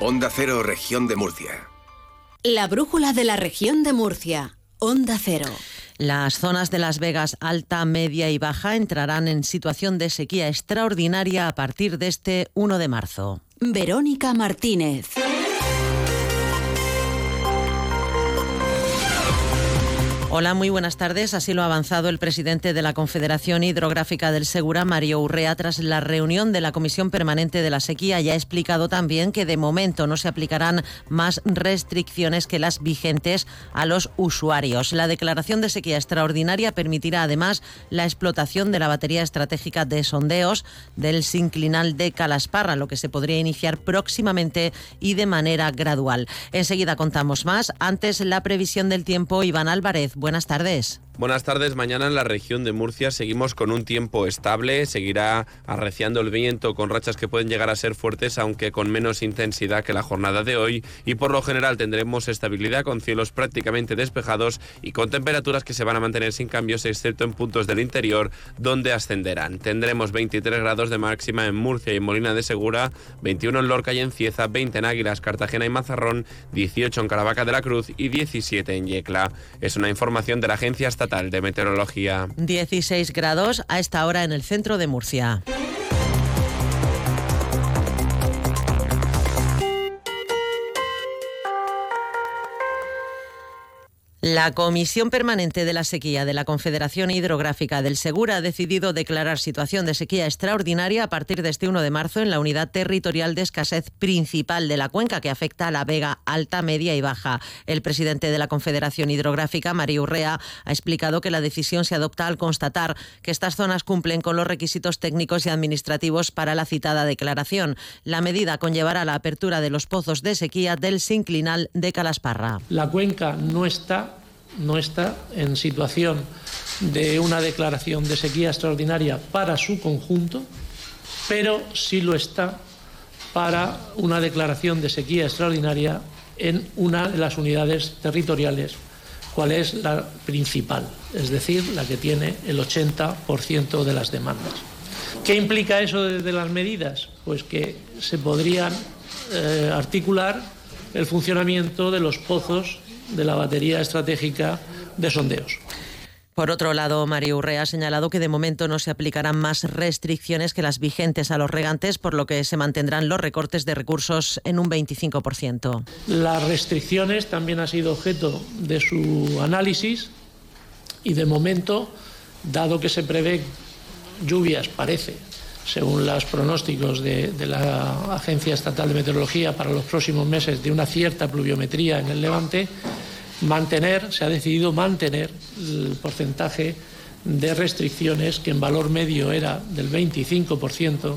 Onda Cero, Región de Murcia. La brújula de la Región de Murcia. Onda Cero. Las zonas de Las Vegas alta, media y baja entrarán en situación de sequía extraordinaria a partir de este 1 de marzo. Verónica Martínez. Hola, muy buenas tardes. Así lo ha avanzado el presidente de la Confederación Hidrográfica del Segura, Mario Urrea, tras la reunión de la Comisión Permanente de la Sequía. Ya ha explicado también que de momento no se aplicarán más restricciones que las vigentes a los usuarios. La declaración de sequía extraordinaria permitirá además la explotación de la batería estratégica de sondeos del sinclinal de Calasparra, lo que se podría iniciar próximamente y de manera gradual. Enseguida contamos más. Antes, la previsión del tiempo. Iván Álvarez. Buenas tardes. Buenas tardes. Mañana en la región de Murcia seguimos con un tiempo estable. Seguirá arreciando el viento con rachas que pueden llegar a ser fuertes, aunque con menos intensidad que la jornada de hoy. Y por lo general tendremos estabilidad con cielos prácticamente despejados y con temperaturas que se van a mantener sin cambios, excepto en puntos del interior donde ascenderán. Tendremos 23 grados de máxima en Murcia y en Molina de Segura, 21 en Lorca y en Cieza, 20 en Águilas, Cartagena y Mazarrón, 18 en Caravaca de la Cruz y 17 en Yecla. Es una información de la Agencia Estatal de Meteorología. 16 grados a esta hora en el centro de Murcia. La Comisión Permanente de la Sequía de la Confederación Hidrográfica del Segura ha decidido declarar situación de sequía extraordinaria a partir de este 1 de marzo en la unidad territorial de escasez principal de la cuenca, que afecta a la Vega alta, media y baja. El presidente de la Confederación Hidrográfica, Mario Urrea, ha explicado que la decisión se adopta al constatar que estas zonas cumplen con los requisitos técnicos y administrativos para la citada declaración. La medida conllevará la apertura de los pozos de sequía del sinclinal de Calasparra. La cuenca no está en situación de una declaración de sequía extraordinaria para su conjunto, pero sí lo está para una declaración de sequía extraordinaria en una de las unidades territoriales, cual es la principal, es decir, la que tiene el 80% de las demandas. ¿Qué implica eso de las medidas? Pues que se podrían articular el funcionamiento de los pozos de la batería estratégica de sondeos. Por otro lado, Mario Urrea ha señalado que de momento no se aplicarán más restricciones que las vigentes a los regantes, por lo que se mantendrán los recortes de recursos en un 25%. Las restricciones también han sido objeto de su análisis y de momento, dado que se prevé lluvias, parece, según los pronósticos de la Agencia Estatal de Meteorología para los próximos meses, de una cierta pluviometría en el Levante, se ha decidido mantener el porcentaje de restricciones, que en valor medio era del 25%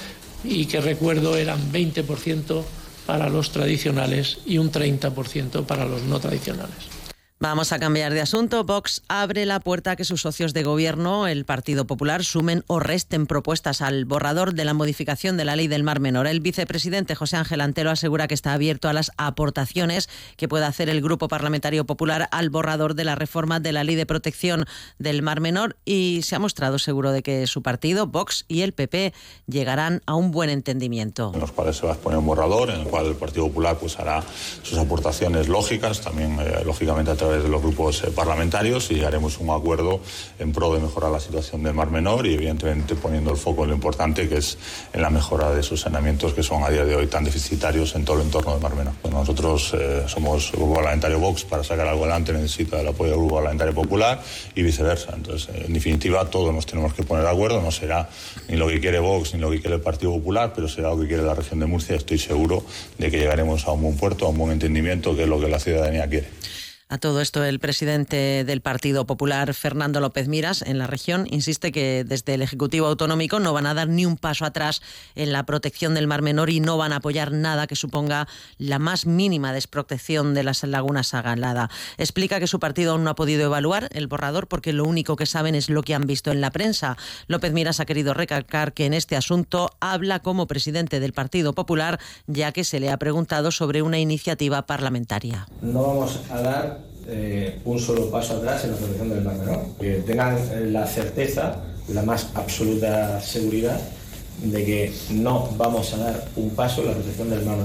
y que, recuerdo, eran 20% para los tradicionales y un 30% para los no tradicionales. Vamos a cambiar de asunto. Vox abre la puerta a que sus socios de gobierno, el Partido Popular, sumen o resten propuestas al borrador de la modificación de la Ley del Mar Menor. El vicepresidente José Ángel Antelo asegura que está abierto a las aportaciones que pueda hacer el Grupo Parlamentario Popular al borrador de la reforma de la Ley de Protección del Mar Menor, y se ha mostrado seguro de que su partido, Vox y el PP, llegarán a un buen entendimiento. En los cuales se va a exponer un borrador, en el cual el Partido Popular pues hará sus aportaciones lógicas, también lógicamente a través de los grupos parlamentarios, y haremos un acuerdo en pro de mejorar la situación del Mar Menor y evidentemente poniendo el foco en lo importante, que es en la mejora de esos saneamientos que son a día de hoy tan deficitarios en todo el entorno del Mar Menor. Bueno, nosotros somos Grupo Parlamentario Vox, para sacar algo adelante necesita el apoyo del Grupo Parlamentario Popular y viceversa. Entonces, en definitiva, todos nos tenemos que poner de acuerdo. No será ni lo que quiere Vox ni lo que quiere el Partido Popular, pero será lo que quiere la región de Murcia. Estoy seguro de que llegaremos a un buen puerto, a un buen entendimiento, que es lo que la ciudadanía quiere. A todo esto, el presidente del Partido Popular, Fernando López Miras, en la región, insiste que desde el Ejecutivo Autonómico no van a dar ni un paso atrás en la protección del Mar Menor y no van a apoyar nada que suponga la más mínima desprotección de las lagunas Sagalada. Explica que su partido aún no ha podido evaluar el borrador porque lo único que saben es lo que han visto en la prensa. López Miras ha querido recalcar que en este asunto habla como presidente del Partido Popular, ya que se le ha preguntado sobre una iniciativa parlamentaria. No vamos a dar un solo paso atrás en la protección del Mar Menor. Que tengan la certeza, la más absoluta seguridad de que no vamos a dar un paso en la protección del Mar Menor.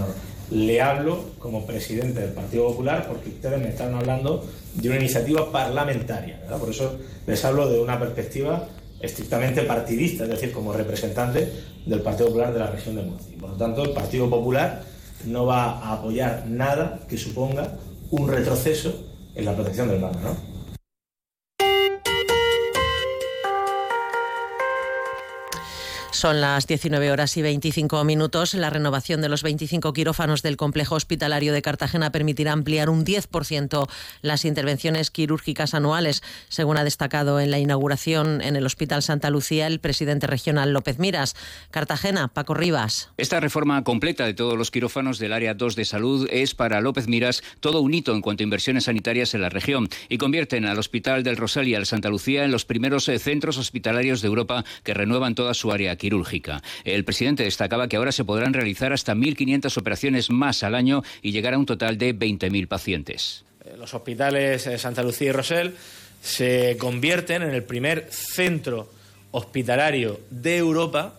le hablo como presidente del Partido Popular porque ustedes me están hablando de una iniciativa parlamentaria, ¿verdad? Por eso les hablo de una perspectiva estrictamente partidista, es decir, como representante del Partido Popular de la región de Murcia. Por lo tanto, el Partido Popular no va a apoyar nada que suponga un retroceso en la protección del mar menor. Son las 19:25. La renovación de los 25 quirófanos del complejo hospitalario de Cartagena permitirá ampliar un 10% las intervenciones quirúrgicas anuales, según ha destacado en la inauguración en el Hospital Santa Lucía el presidente regional López Miras. Cartagena, Paco Rivas. Esta reforma completa de todos los quirófanos del Área 2 de Salud es para López Miras todo un hito en cuanto a inversiones sanitarias en la región y convierten al Hospital del Rosal y al Santa Lucía en los primeros centros hospitalarios de Europa que renuevan toda su área quirúrgica. El presidente destacaba que ahora se podrán realizar hasta 1.500 operaciones más al año y llegar a un total de 20.000 pacientes. Los hospitales Santa Lucía y Rosell se convierten en el primer centro hospitalario de Europa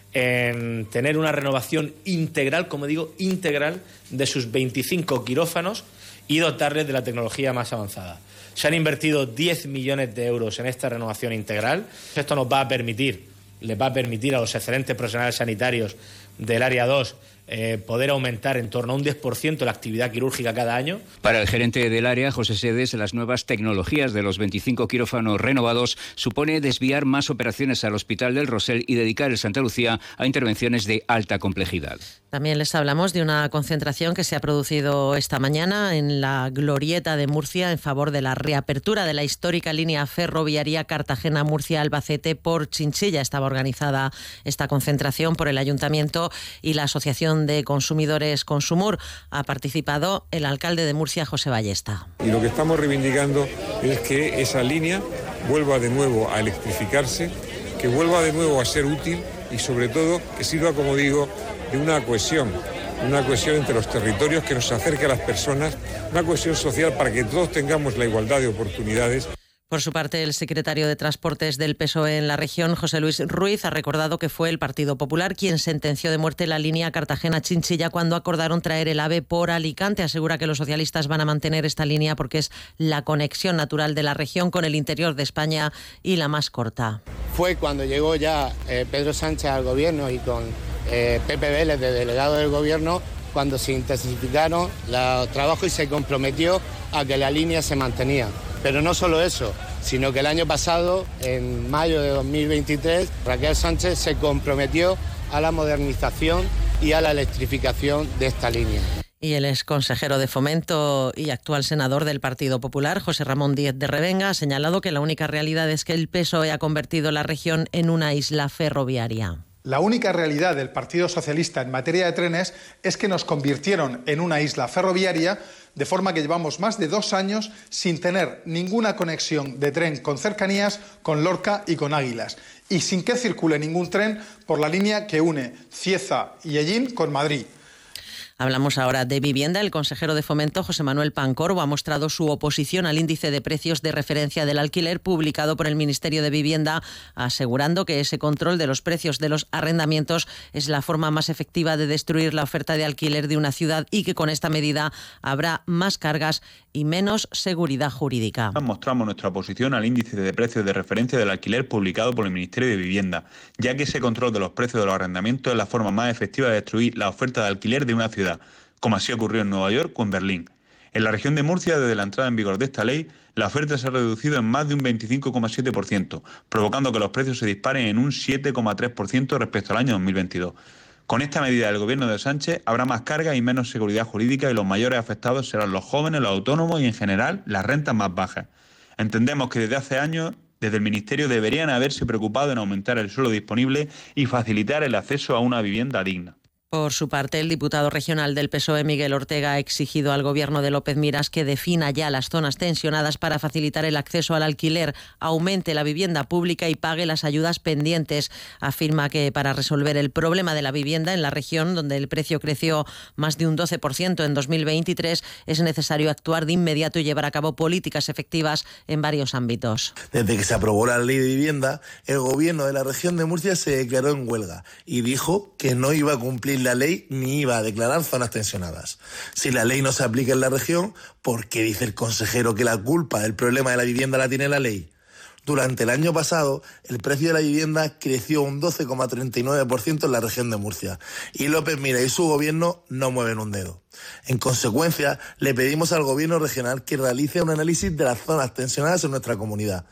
en tener una renovación integral, como digo, integral de sus 25 quirófanos y dotarles de la tecnología más avanzada. Se han invertido 10 millones de euros en esta renovación integral. Esto les va a permitir a los excelentes profesionales sanitarios del Área 2 poder aumentar en torno a un 10% la actividad quirúrgica cada año. Para el gerente del área, José Sedes, las nuevas tecnologías de los 25 quirófanos renovados supone desviar más operaciones al Hospital del Rosell y dedicar el Santa Lucía a intervenciones de alta complejidad. También les hablamos de una concentración que se ha producido esta mañana en la Glorieta de Murcia en favor de la reapertura de la histórica línea ferroviaria Cartagena-Murcia-Albacete por Chinchilla. Estaba organizada esta concentración por el Ayuntamiento y la Asociación de Consumidores Consumur. Ha participado el alcalde de Murcia, José Ballesta. Y lo que estamos reivindicando es que esa línea vuelva de nuevo a electrificarse, que vuelva de nuevo a ser útil y sobre todo que sirva, como digo, de una cohesión entre los territorios que nos acerque a las personas, una cohesión social para que todos tengamos la igualdad de oportunidades. Por su parte, el secretario de Transportes del PSOE en la región, José Luis Ruiz, ha recordado que fue el Partido Popular quien sentenció de muerte la línea Cartagena-Chinchilla cuando acordaron traer el AVE por Alicante. Asegura que los socialistas van a mantener esta línea porque es la conexión natural de la región con el interior de España y la más corta. Fue cuando llegó ya Pedro Sánchez al gobierno y con Pepe Vélez de delegado del gobierno, cuando se intensificaron los trabajos y se comprometió a que la línea se mantenía. Pero no solo eso, sino que el año pasado, en mayo de 2023, Raquel Sánchez se comprometió a la modernización y a la electrificación de esta línea. Y el exconsejero de Fomento y actual senador del Partido Popular, José Ramón Díez de Revenga, ha señalado que la única realidad es que el PSOE ha convertido la región en una isla ferroviaria. La única realidad del Partido Socialista en materia de trenes es que nos convirtieron en una isla ferroviaria, de forma que llevamos más de 2 años sin tener ninguna conexión de tren con cercanías, con Lorca y con Águilas, y sin que circule ningún tren por la línea que une Cieza y Hellín con Madrid. Hablamos ahora de vivienda. El consejero de Fomento, José Manuel Pancorbo, ha mostrado su oposición al índice de precios de referencia del alquiler publicado por el Ministerio de Vivienda, asegurando que ese control de los precios de los arrendamientos es la forma más efectiva de destruir la oferta de alquiler de una ciudad y que con esta medida habrá más cargas y menos seguridad jurídica. Mostramos nuestra oposición al índice de precios de referencia del alquiler publicado por el Ministerio de Vivienda, ya que ese control de los precios de los arrendamientos es la forma más efectiva de destruir la oferta de alquiler de una ciudad, como así ocurrió en Nueva York o en Berlín. En la región de Murcia, desde la entrada en vigor de esta ley, la oferta se ha reducido en más de un 25,7%, provocando que los precios se disparen en un 7,3% respecto al año 2022. Con esta medida del gobierno de Sánchez habrá más carga y menos seguridad jurídica y los mayores afectados serán los jóvenes, los autónomos y en general las rentas más bajas. Entendemos que desde hace años, desde el Ministerio deberían haberse preocupado en aumentar el suelo disponible y facilitar el acceso a una vivienda digna. Por su parte, el diputado regional del PSOE, Miguel Ortega, ha exigido al gobierno de López Miras que defina ya las zonas tensionadas para facilitar el acceso al alquiler, aumente la vivienda pública y pague las ayudas pendientes. Afirma que para resolver el problema de la vivienda en la región, donde el precio creció más de un 12% en 2023, es necesario actuar de inmediato y llevar a cabo políticas efectivas en varios ámbitos. Desde que se aprobó la ley de vivienda, el gobierno de la región de Murcia se declaró en huelga y dijo que no iba a cumplir sin la ley ni iba a declarar zonas tensionadas. Si la ley no se aplica en la región, ¿por qué dice el consejero que la culpa del problema de la vivienda la tiene la ley? Durante el año pasado, el precio de la vivienda creció un 12,39% en la región de Murcia y López Miras y su gobierno no mueven un dedo. En consecuencia, le pedimos al gobierno regional que realice un análisis de las zonas tensionadas en nuestra comunidad.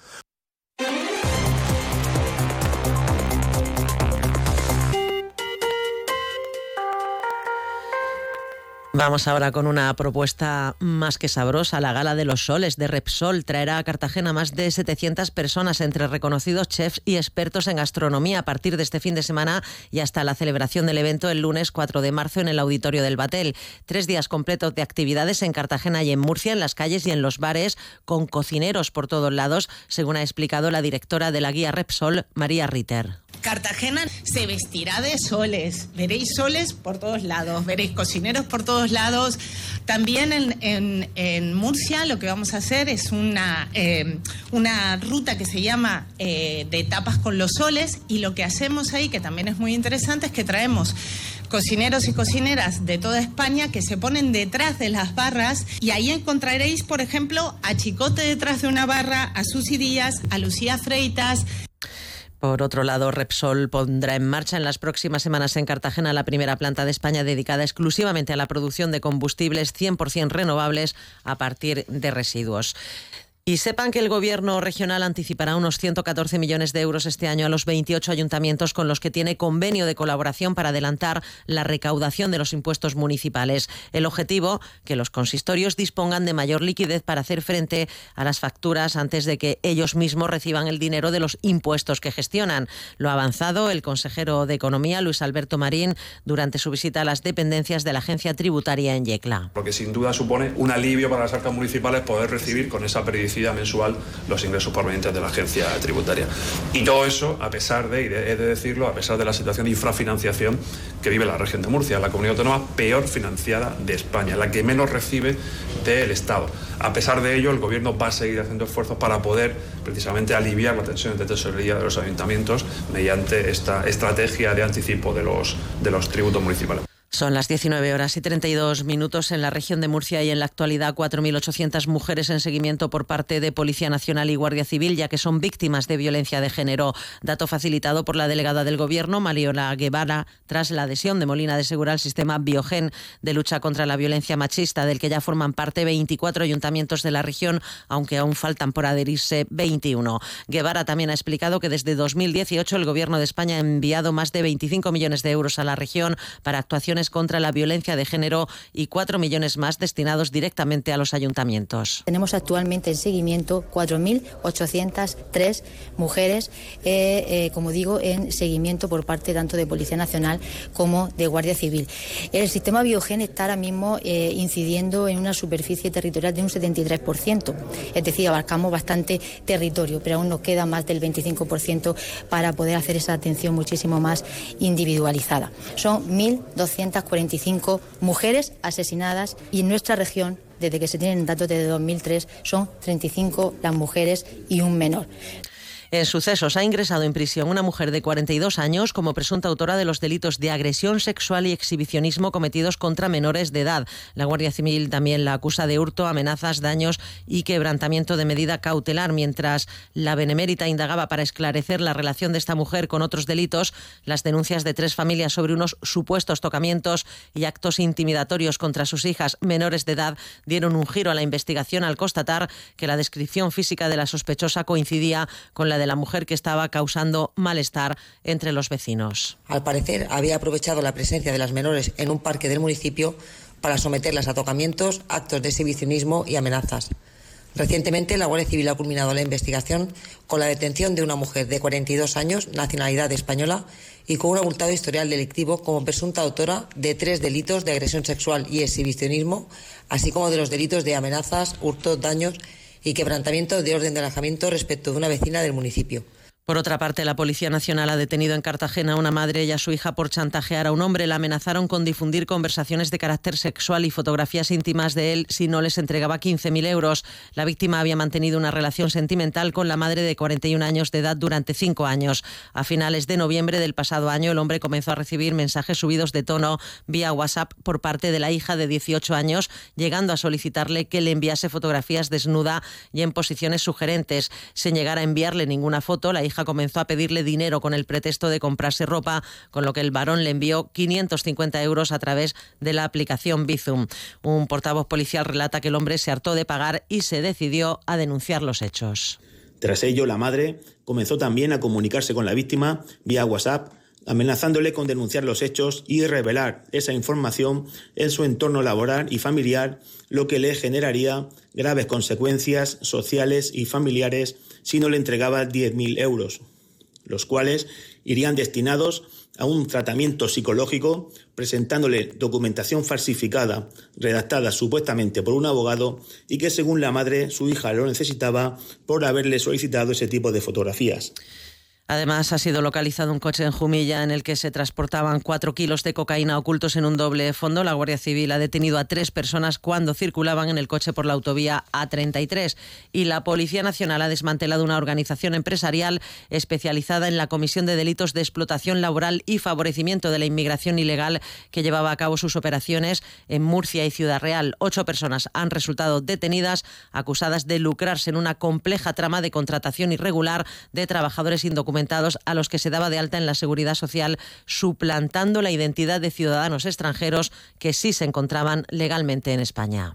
Vamos ahora con una propuesta más que sabrosa. La Gala de los Soles de Repsol traerá a Cartagena más de 700 personas entre reconocidos chefs y expertos en gastronomía a partir de este fin de semana y hasta la celebración del evento el lunes 4 de marzo en el Auditorio del Batel. 3 días completos de actividades en Cartagena y en Murcia, en las calles y en los bares, con cocineros por todos lados, según ha explicado la directora de la guía Repsol, María Ritter. Cartagena se vestirá de soles, veréis soles por todos lados, veréis cocineros por todos lados. También en Murcia lo que vamos a hacer es una ruta que se llama de tapas con los soles, y lo que hacemos ahí, que también es muy interesante, es que traemos cocineros y cocineras de toda España que se ponen detrás de las barras, y ahí encontraréis, por ejemplo, a Chicote detrás de una barra, a Susi Díaz, a Lucía Freitas. Por otro lado, Repsol pondrá en marcha en las próximas semanas en Cartagena la primera planta de España dedicada exclusivamente a la producción de combustibles 100% renovables a partir de residuos. Y sepan que el Gobierno regional anticipará unos 114 millones de euros este año a los 28 ayuntamientos con los que tiene convenio de colaboración para adelantar la recaudación de los impuestos municipales. El objetivo, que los consistorios dispongan de mayor liquidez para hacer frente a las facturas antes de que ellos mismos reciban el dinero de los impuestos que gestionan. Lo ha avanzado el consejero de Economía, Luis Alberto Marín, durante su visita a las dependencias de la Agencia Tributaria en Yecla. Porque sin duda supone un alivio para las arcas municipales poder recibir con esa periodicidad mensual los ingresos provenientes de la agencia tributaria. Y todo eso, a pesar de, y he de decirlo, a pesar de la situación de infrafinanciación que vive la región de Murcia, la comunidad autónoma peor financiada de España, la que menos recibe del Estado. A pesar de ello, el Gobierno va a seguir haciendo esfuerzos para poder precisamente aliviar las tensiones de tesorería de los ayuntamientos mediante esta estrategia de anticipo de los tributos municipales. Son las 19:32 en la región de Murcia y en la actualidad 4.800 mujeres en seguimiento por parte de Policía Nacional y Guardia Civil, ya que son víctimas de violencia de género. Dato facilitado por la delegada del Gobierno, Mariola Guevara, tras la adhesión de Molina de Segura al sistema Biogen de lucha contra la violencia machista, del que ya forman parte 24 ayuntamientos de la región, aunque aún faltan por adherirse 21. Guevara también ha explicado que desde 2018 el Gobierno de España ha enviado más de 25 millones de euros a la región para actuaciones contra la violencia de género y 4 millones más destinados directamente a los ayuntamientos. Tenemos actualmente en seguimiento 4.803 mujeres, como digo, en seguimiento por parte tanto de Policía Nacional como de Guardia Civil. El sistema Biogen está ahora mismo incidiendo en una superficie territorial de un 73%, es decir, abarcamos bastante territorio, pero aún nos queda más del 25% para poder hacer esa atención muchísimo más individualizada. Son 1.245 mujeres asesinadas y en nuestra región, desde que se tienen datos desde 2003, son 35 las mujeres y un menor. En sucesos ha ingresado en prisión una mujer de 42 años como presunta autora de los delitos de agresión sexual y exhibicionismo cometidos contra menores de edad. La Guardia Civil también la acusa de hurto, amenazas, daños y quebrantamiento de medida cautelar. Mientras la Benemérita indagaba para esclarecer la relación de esta mujer con otros delitos, las denuncias de 3 familias sobre unos supuestos tocamientos y actos intimidatorios contra sus hijas menores de edad dieron un giro a la investigación al constatar que la descripción física de la sospechosa coincidía con la de la mujer que estaba causando malestar entre los vecinos. Al parecer, había aprovechado la presencia de las menores en un parque del municipio para someterlas a tocamientos, actos de exhibicionismo y amenazas. Recientemente, la Guardia Civil ha culminado la investigación con la detención de una mujer de 42 años, nacionalidad española, y con un abultado historial delictivo como presunta autora de 3 delitos de agresión sexual y exhibicionismo, así como de los delitos de amenazas, hurto, daños y quebrantamiento de orden de alejamiento respecto de una vecina del municipio. Por otra parte, la Policía Nacional ha detenido en Cartagena a una madre y a su hija por chantajear a un hombre. La amenazaron con difundir conversaciones de carácter sexual y fotografías íntimas de él si no les entregaba 15.000 euros. La víctima había mantenido una relación sentimental con la madre de 41 años de edad durante 5 años. A finales de noviembre del pasado año, el hombre comenzó a recibir mensajes subidos de tono vía WhatsApp por parte de la hija de 18 años, llegando a solicitarle que le enviase fotografías desnuda y en posiciones sugerentes. Sin llegar a enviarle ninguna foto, la hija comenzó a pedirle dinero con el pretexto de comprarse ropa, con lo que el varón le envió 550 euros a través de la aplicación Bizum. Un portavoz policial relata que el hombre se hartó de pagar y se decidió a denunciar los hechos. Tras ello, la madre comenzó también a comunicarse con la víctima vía WhatsApp, amenazándole con denunciar los hechos y revelar esa información en su entorno laboral y familiar, lo que le generaría graves consecuencias sociales y familiares si no le entregaba 10.000 euros, los cuales irían destinados a un tratamiento psicológico, presentándole documentación falsificada, redactada supuestamente por un abogado y que, según la madre, su hija lo necesitaba por haberle solicitado ese tipo de fotografías. Además, ha sido localizado un coche en Jumilla en el que se transportaban 4 kilos de cocaína ocultos en un doble fondo. La Guardia Civil ha detenido a 3 personas cuando circulaban en el coche por la autovía A33. Y la Policía Nacional ha desmantelado una organización empresarial especializada en la comisión de delitos de explotación laboral y favorecimiento de la inmigración ilegal que llevaba a cabo sus operaciones en Murcia y Ciudad Real. 8 personas han resultado detenidas, acusadas de lucrarse en una compleja trama de contratación irregular de trabajadores indocumentados a los que se daba de alta en la Seguridad Social, suplantando la identidad de ciudadanos extranjeros que sí se encontraban legalmente en España.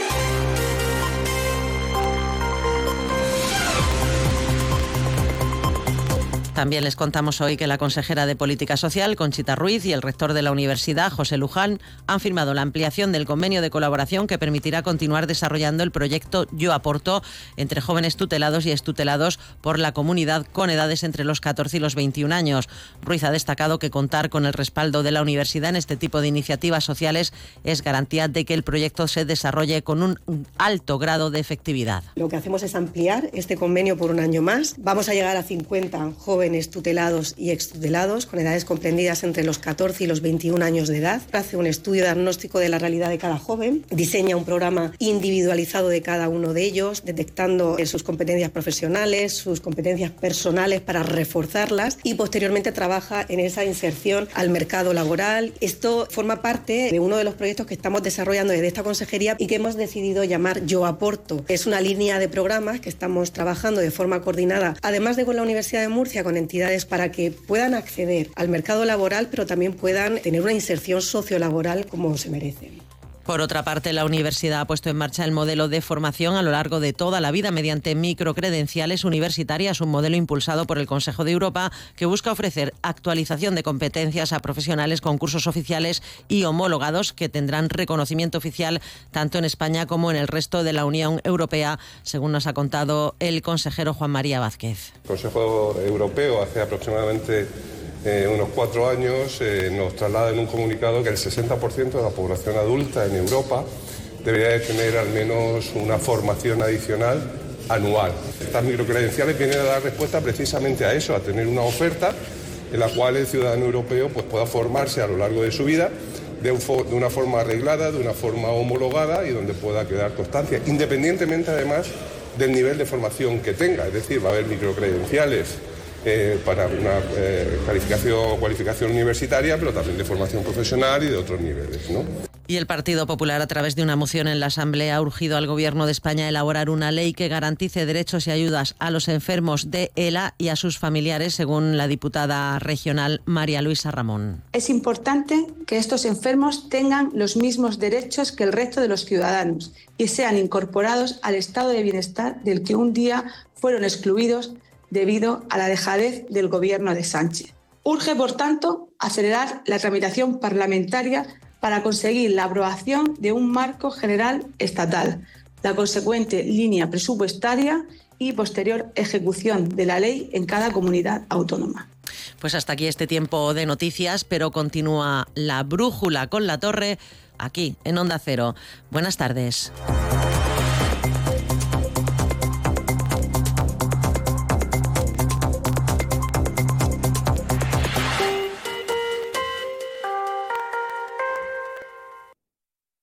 También les contamos hoy que la consejera de Política Social, Conchita Ruiz, y el rector de la universidad, José Luján, han firmado la ampliación del convenio de colaboración que permitirá continuar desarrollando el proyecto Yo Aporto entre jóvenes tutelados y extutelados por la comunidad con edades entre los 14 y los 21 años. Ruiz ha destacado que contar con el respaldo de la universidad en este tipo de iniciativas sociales es garantía de que el proyecto se desarrolle con un alto grado de efectividad. Lo que hacemos es ampliar este convenio por un año más. Vamos a llegar a 50 jóvenes tutelados y extutelados con edades comprendidas entre los 14 y los 21 años de edad. Hace un estudio diagnóstico de la realidad de cada joven, diseña un programa individualizado de cada uno de ellos, detectando sus competencias profesionales, sus competencias personales para reforzarlas y posteriormente trabaja en esa inserción al mercado laboral. Esto forma parte de uno de los proyectos que estamos desarrollando desde esta consejería y que hemos decidido llamar Yo Aporto. Es una línea de programas que estamos trabajando de forma coordinada, además de con la Universidad de Murcia, con entidades para que puedan acceder al mercado laboral, pero también puedan tener una inserción sociolaboral como se merecen. Por otra parte, la universidad ha puesto en marcha el modelo de formación a lo largo de toda la vida mediante microcredenciales universitarias, un modelo impulsado por el Consejo de Europa que busca ofrecer actualización de competencias a profesionales con cursos oficiales y homologados que tendrán reconocimiento oficial tanto en España como en el resto de la Unión Europea, según nos ha contado el consejero Juan María Vázquez. El Consejo Europeo hace aproximadamente unos 4 años nos traslada en un comunicado que el 60% de la población adulta en Europa debería de tener al menos una formación adicional anual. Estas microcredenciales vienen a dar respuesta precisamente a eso, a tener una oferta en la cual el ciudadano europeo pues, pueda formarse a lo largo de su vida de una forma arreglada, de una forma homologada y donde pueda quedar constancia, independientemente además del nivel de formación que tenga. Es decir, va a haber microcredenciales para una cualificación universitaria, pero también de formación profesional y de otros niveles, ¿no? Y el Partido Popular, a través de una moción en la Asamblea, ha urgido al Gobierno de España a elaborar una ley que garantice derechos y ayudas a los enfermos de ELA y a sus familiares, según la diputada regional María Luisa Ramón. Es importante que estos enfermos tengan los mismos derechos que el resto de los ciudadanos y sean incorporados al estado de bienestar del que un día fueron excluidos debido a la dejadez del Gobierno de Sánchez. Urge, por tanto, acelerar la tramitación parlamentaria para conseguir la aprobación de un marco general estatal, la consecuente línea presupuestaria y posterior ejecución de la ley en cada comunidad autónoma. Pues hasta aquí este tiempo de noticias, pero continúa la brújula con La Torre aquí en Onda Cero. Buenas tardes.